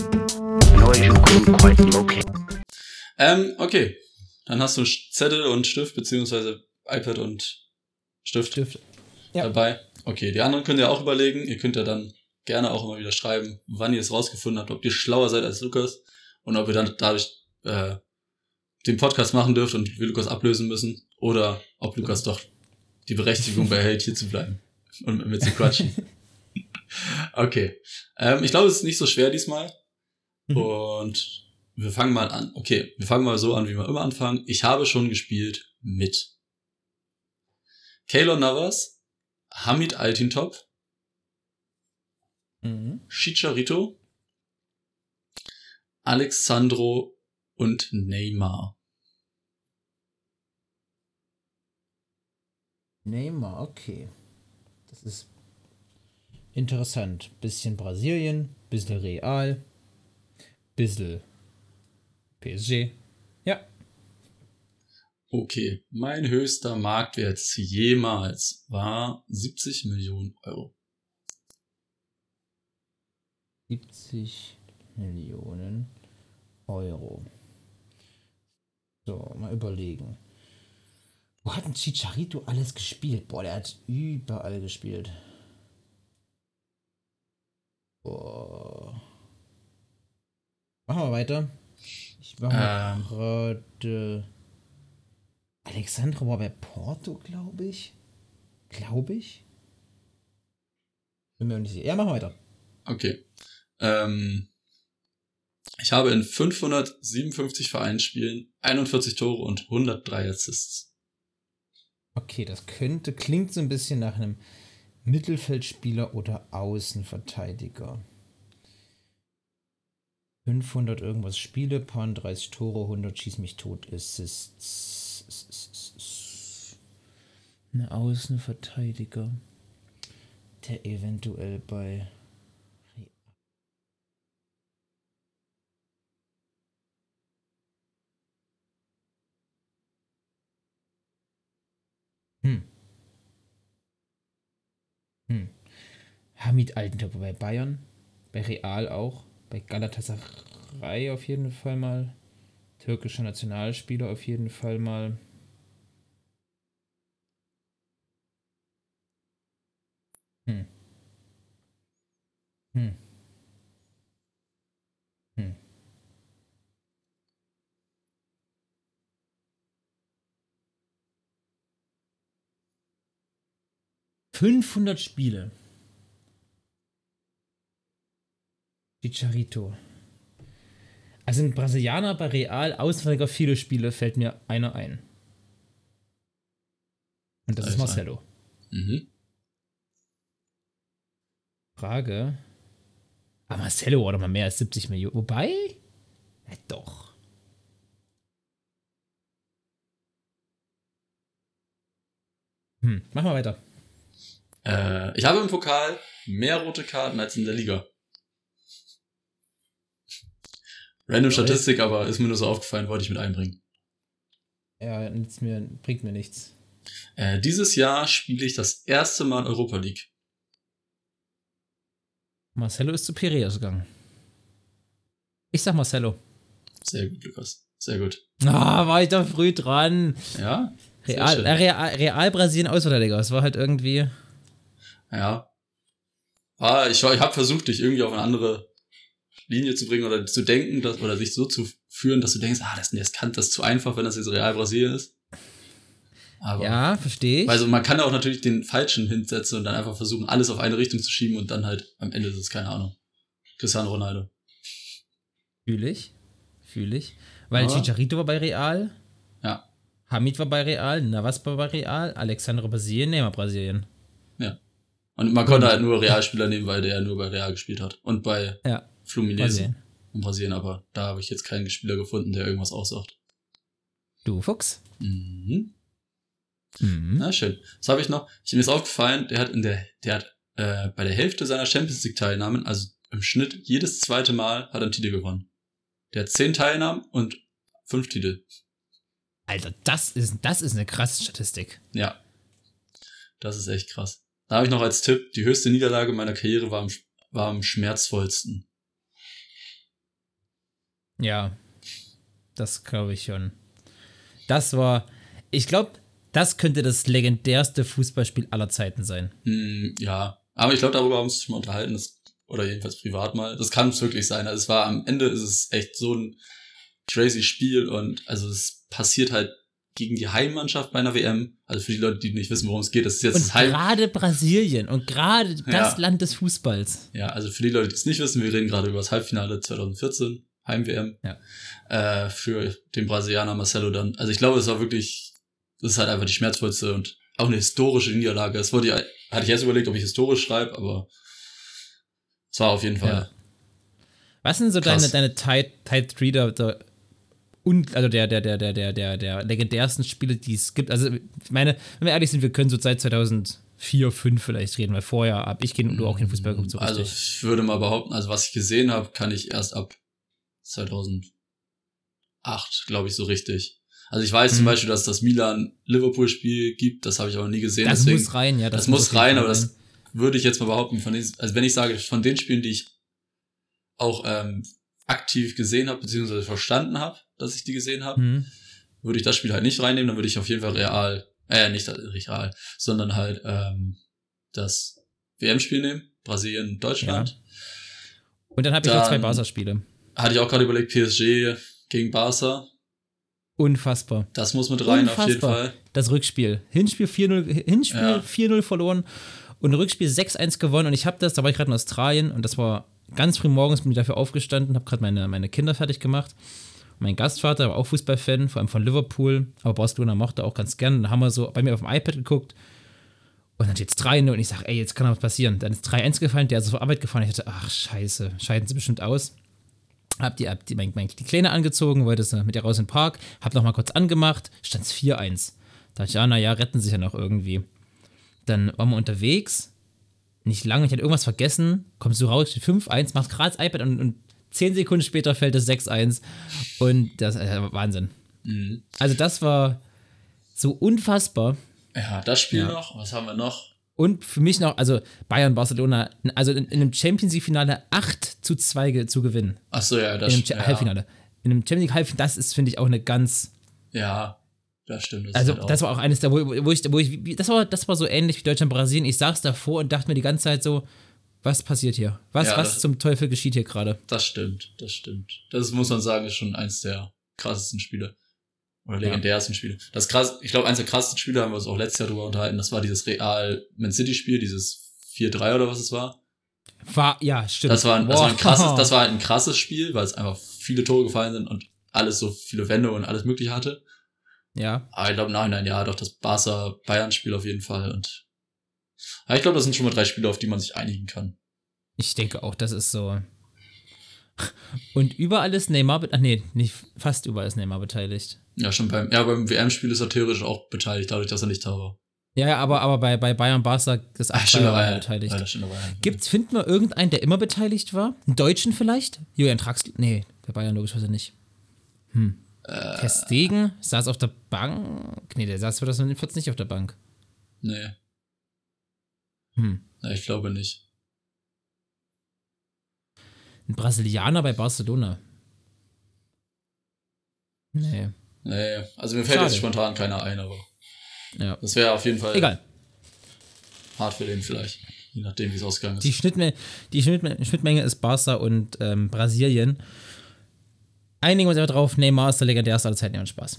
Okay. Dann hast du Zettel und Stift, beziehungsweise iPad und Stift Ja. dabei. Okay, die anderen könnt ihr auch überlegen. Ihr könnt ja dann gerne auch immer wieder schreiben, wann ihr es rausgefunden habt, ob ihr schlauer seid als Lukas und ob ihr dann dadurch den Podcast machen dürft und wir Lukas ablösen müssen oder ob Lukas doch die Berechtigung behält, hier zu bleiben und mit mir zu quatschen. Okay. Ich glaube, es ist nicht so schwer diesmal. Und wir fangen mal an. Okay, wir fangen mal so an, wie wir immer anfangen. Ich habe schon gespielt mit Keylor Navas, Hamid Altintop, Chicharito, Alexandro und Neymar. Neymar, okay. Das ist interessant. Bisschen Brasilien, bisschen Real, bisschen PSG. Ja. Okay, mein höchster Marktwert jemals war 70 Millionen Euro. 70 Millionen Euro. So, mal überlegen. Wo hat denn Chicharito alles gespielt? Boah, der hat überall gespielt. Boah. Machen wir weiter. Ich mache mal gerade. Alexandro war bei Porto, glaube ich. Bin mir nicht sicher. Ja, machen wir weiter. Okay. Ich habe in 557 Vereinsspielen 41 Tore und 103 Assists. Okay, das klingt so ein bisschen nach einem Mittelfeldspieler oder Außenverteidiger. 500 irgendwas Spiele, paar 30 Tore, 100 schieß mich tot Assists. Ein Außenverteidiger, der eventuell bei Hamid Altintop bei Bayern, bei Real auch, bei Galatasaray auf jeden Fall mal, türkischer Nationalspieler auf jeden Fall mal. Hm. 500 Spiele. Chicharito. Also ein Brasilianer bei Real, Außenverteidiger, viele Spiele, fällt mir einer ein. Und das ist Marcelo. Frage. Aber Marcelo war doch mal mehr als 70 Millionen. Wobei? Ja, doch. Machen wir weiter. Ich habe im Pokal mehr rote Karten als in der Liga. Random Statistik, aber ist mir nur so aufgefallen, wollte ich mit einbringen. Ja, bringt mir nichts. Dieses Jahr spiele ich das erste Mal Europa League. Marcelo ist zu Piraeus gegangen. Ich sag Marcelo. Sehr gut, Lukas. Sehr gut. War ich doch früh dran. Ja. Real Brasilien Ausverteidiger. Es war halt irgendwie. Ja. Ich habe versucht, dich irgendwie auf eine andere Linie zu bringen oder zu denken, oder sich so zu führen, dass du denkst, das ist zu einfach, wenn das jetzt Real Brasilien ist. Aber ja, verstehe ich. Also man kann auch natürlich den Falschen hinsetzen und dann einfach versuchen, alles auf eine Richtung zu schieben und dann halt am Ende ist es, keine Ahnung, Cristiano Ronaldo. Fühl ich. Weil Chicharito war bei Real. Ja. Hamid war bei Real, Navas war bei Real, Alexandro Brasilien, Neymar Brasilien. Ja. Und man konnte halt nur Realspieler nehmen, weil der ja nur bei Real gespielt hat. Und bei Fluminense in Brasilien, aber da habe ich jetzt keinen Spieler gefunden, der irgendwas aussagt. Du Fuchs. Na, schön. Was habe ich noch? Mir ist aufgefallen, der hat bei der Hälfte seiner Champions League Teilnahmen, also im Schnitt jedes zweite Mal, hat er einen Titel gewonnen. Der hat 10 Teilnahmen und 5 Titel. Alter, das ist eine krasse Statistik. Ja. Das ist echt krass. Da habe ich noch als Tipp, die höchste Niederlage meiner Karriere war war am schmerzvollsten. Ja, das glaube ich schon. Ich glaube, das könnte das legendärste Fußballspiel aller Zeiten sein. Ja, aber ich glaube, darüber haben wir uns schon mal unterhalten, oder jedenfalls privat mal. Das kann es wirklich sein. Also es war am Ende ist es echt so ein crazy Spiel und also es passiert halt gegen die Heimmannschaft bei einer WM. Also für die Leute, die nicht wissen, worum es geht, das ist jetzt und das Heim. Gerade Brasilien und gerade das Land des Fußballs. Ja, also für die Leute, die es nicht wissen, wir reden gerade über das Halbfinale 2014, Heim-WM. Ja. Für den Brasilianer Marcelo dann. Also ich glaube, das ist halt einfach die schmerzvollste und auch eine historische Niederlage. Hatte ich erst überlegt, ob ich historisch schreibe, aber es war auf jeden Fall. Ja. Was sind so deine Tide 3 der legendärsten Spiele, die es gibt? Also, ich meine, wenn wir ehrlich sind, wir können so seit 2004, 2005 vielleicht reden, weil vorher habe ich du auch keinen Fußball geguckt. So also, ich würde mal behaupten, also was ich gesehen habe, kann ich erst ab 2008, glaube ich, so richtig. Also ich weiß zum Beispiel, dass das Milan-Liverpool-Spiel gibt, das habe ich aber nie gesehen. Das muss rein, ja. Das muss rein, aber das würde ich jetzt mal behaupten, also wenn ich sage, von den Spielen, die ich auch aktiv gesehen habe, beziehungsweise verstanden habe, dass ich die gesehen habe, würde ich das Spiel halt nicht reinnehmen, dann würde ich auf jeden Fall nicht Real, sondern halt das WM-Spiel nehmen, Brasilien, Deutschland. Ja. Und dann habe ich noch 2 Barca-Spiele. Hatte ich auch gerade überlegt, PSG gegen Barca. Unfassbar. Das muss mit rein, auf jeden Fall. Das Rückspiel. Hinspiel 4-0 verloren und Rückspiel 6-1 gewonnen. Und da war ich gerade in Australien und das war ganz früh morgens, bin ich dafür aufgestanden, habe gerade meine Kinder fertig gemacht. Mein Gastvater war auch Fußballfan, vor allem von Liverpool, aber Barcelona mochte auch ganz gern. Dann haben wir so bei mir auf dem iPad geguckt und dann steht's 3-0 und ich sage, jetzt kann was passieren. Dann ist 3-1 gefallen, der ist zur Arbeit gefahren. Ich dachte, ach scheiße, scheiden sie bestimmt aus. Hab die Kleine angezogen, wollte mit ihr raus in den Park, hab noch mal kurz angemacht, stand's 4-1. Da dachte ich, naja, retten sich ja noch irgendwie. Dann waren wir unterwegs, nicht lange, ich hatte irgendwas vergessen, kommst du raus, 5-1, machst gerade das iPad und 10 Sekunden später fällt es 6-1 und das war Wahnsinn. Mhm. Also das war so unfassbar. Ja, das Spiel noch, was haben wir noch? Und für mich noch, also Bayern-Barcelona, also in einem Champions-League-Finale 8-2 zu gewinnen. Ach so, ja, das stimmt. Halbfinale. In einem Champions League-Halbfinale, das ist, finde ich, auch eine ganz... Ja, das stimmt. Das war auch eines der, das war so ähnlich wie Deutschland-Brasilien. Ich saß davor und dachte mir die ganze Zeit so, was passiert hier? Was zum Teufel geschieht hier gerade? Das stimmt. Das muss man sagen, ist schon eins der krassesten Spiele. Oder legendärsten Spiele. Das krass, ich glaube, eins der krassesten Spiele, haben wir uns auch letztes Jahr drüber unterhalten, das war dieses Real-Man City-Spiel, dieses 4-3 oder was es war. Ja, stimmt. Das war halt ein krasses Spiel, weil es einfach viele Tore gefallen sind und alles so viele Wände und alles Mögliche hatte. Ja. Aber ich glaube, nein, doch das Barca-Bayern-Spiel auf jeden Fall. Und aber ich glaube, das sind schon mal 3 Spiele, auf die man sich einigen kann. Ich denke auch, das ist so. Und überall ist Neymar fast überall ist Neymar beteiligt. Ja, schon beim WM-Spiel ist er theoretisch auch beteiligt, dadurch, dass er nicht da war. Ja, aber bei Bayern Barca ist 8 war beteiligt. Finden wir irgendeinen, der immer beteiligt war? Einen Deutschen vielleicht? Julian Draxler? Nee, bei Bayern logischerweise nicht. Ter Stegen saß auf der Bank? Nee, der saß 2014 nicht auf der Bank. Nee. Nee, ich glaube nicht. Ein Brasilianer bei Barcelona. Nee, also mir fällt jetzt spontan keiner ein, aber das wäre auf jeden Fall egal. Hart für den vielleicht, je nachdem, wie es ausgegangen ist. Die Schnittmenge ist Barca und Brasilien. Einigen wir uns einfach drauf, Neymar ist der legendärste aller Zeiten, Spaß.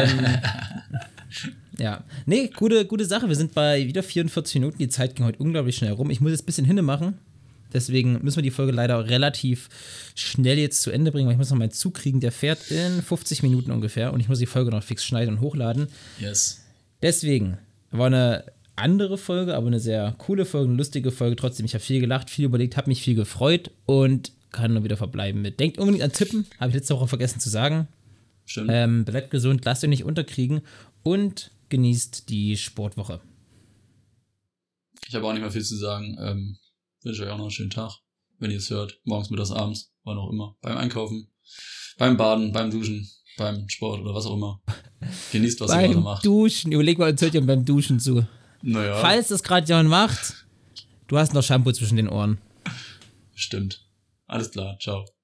Ja, nee, gute Sache. Wir sind bei wieder 44 Minuten. Die Zeit ging heute unglaublich schnell rum. Ich muss jetzt ein bisschen hinmachen. Deswegen müssen wir die Folge leider relativ schnell jetzt zu Ende bringen, weil ich muss noch meinen Zug kriegen. Der fährt in 50 Minuten ungefähr und ich muss die Folge noch fix schneiden und hochladen. Yes. Deswegen war eine andere Folge, aber eine sehr coole Folge, eine lustige Folge. Trotzdem, ich habe viel gelacht, viel überlegt, habe mich viel gefreut und kann nur wieder verbleiben mit. Denkt unbedingt an Tippen, habe ich letzte Woche vergessen zu sagen. Stimmt. Bleibt gesund, lasst euch nicht unterkriegen und genießt die Sportwoche. Ich habe auch nicht mehr viel zu sagen. Wünsche euch auch noch einen schönen Tag, wenn ihr es hört. Morgens, mittags, abends, wann auch immer. Beim Einkaufen, beim Baden, beim Duschen, beim Sport oder was auch immer. Genießt, was ihr gerade macht. Beim Duschen, überleg mal, hört ihr beim Duschen zu. Naja. Falls das gerade jemand macht, du hast noch Shampoo zwischen den Ohren. Bestimmt. Alles klar, ciao.